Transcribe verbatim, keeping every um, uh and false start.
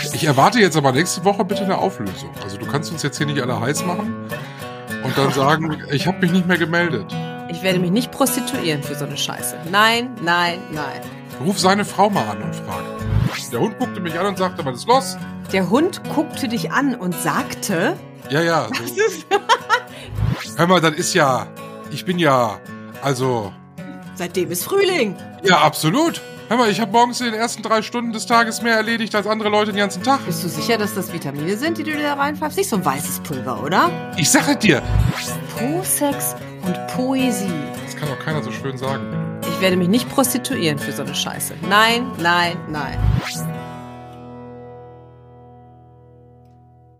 Ich erwarte jetzt aber nächste Woche bitte eine Auflösung. Also du kannst uns jetzt hier nicht alle heiß machen und dann sagen, ich habe mich nicht mehr gemeldet. Ich werde mich nicht prostituieren für so eine Scheiße. Nein, nein, nein. Ruf seine Frau mal an und frag. Der Hund guckte mich an und sagte, was ist los? Der Hund guckte dich an und sagte... Ja, ja. So. Hör mal, das ist ja... Ich bin ja... Also... Seitdem ist Frühling. Ja, absolut. Hör mal, ich habe morgens in den ersten drei Stunden des Tages mehr erledigt als andere Leute den ganzen Tag. Bist du sicher, dass das Vitamine sind, die du dir da reinpfeifst? Nicht so ein weißes Pulver, oder? Ich sage dir. Po-Sex und Poesie. Das kann doch keiner so schön sagen. Ich werde mich nicht prostituieren für so eine Scheiße. Nein, nein, nein.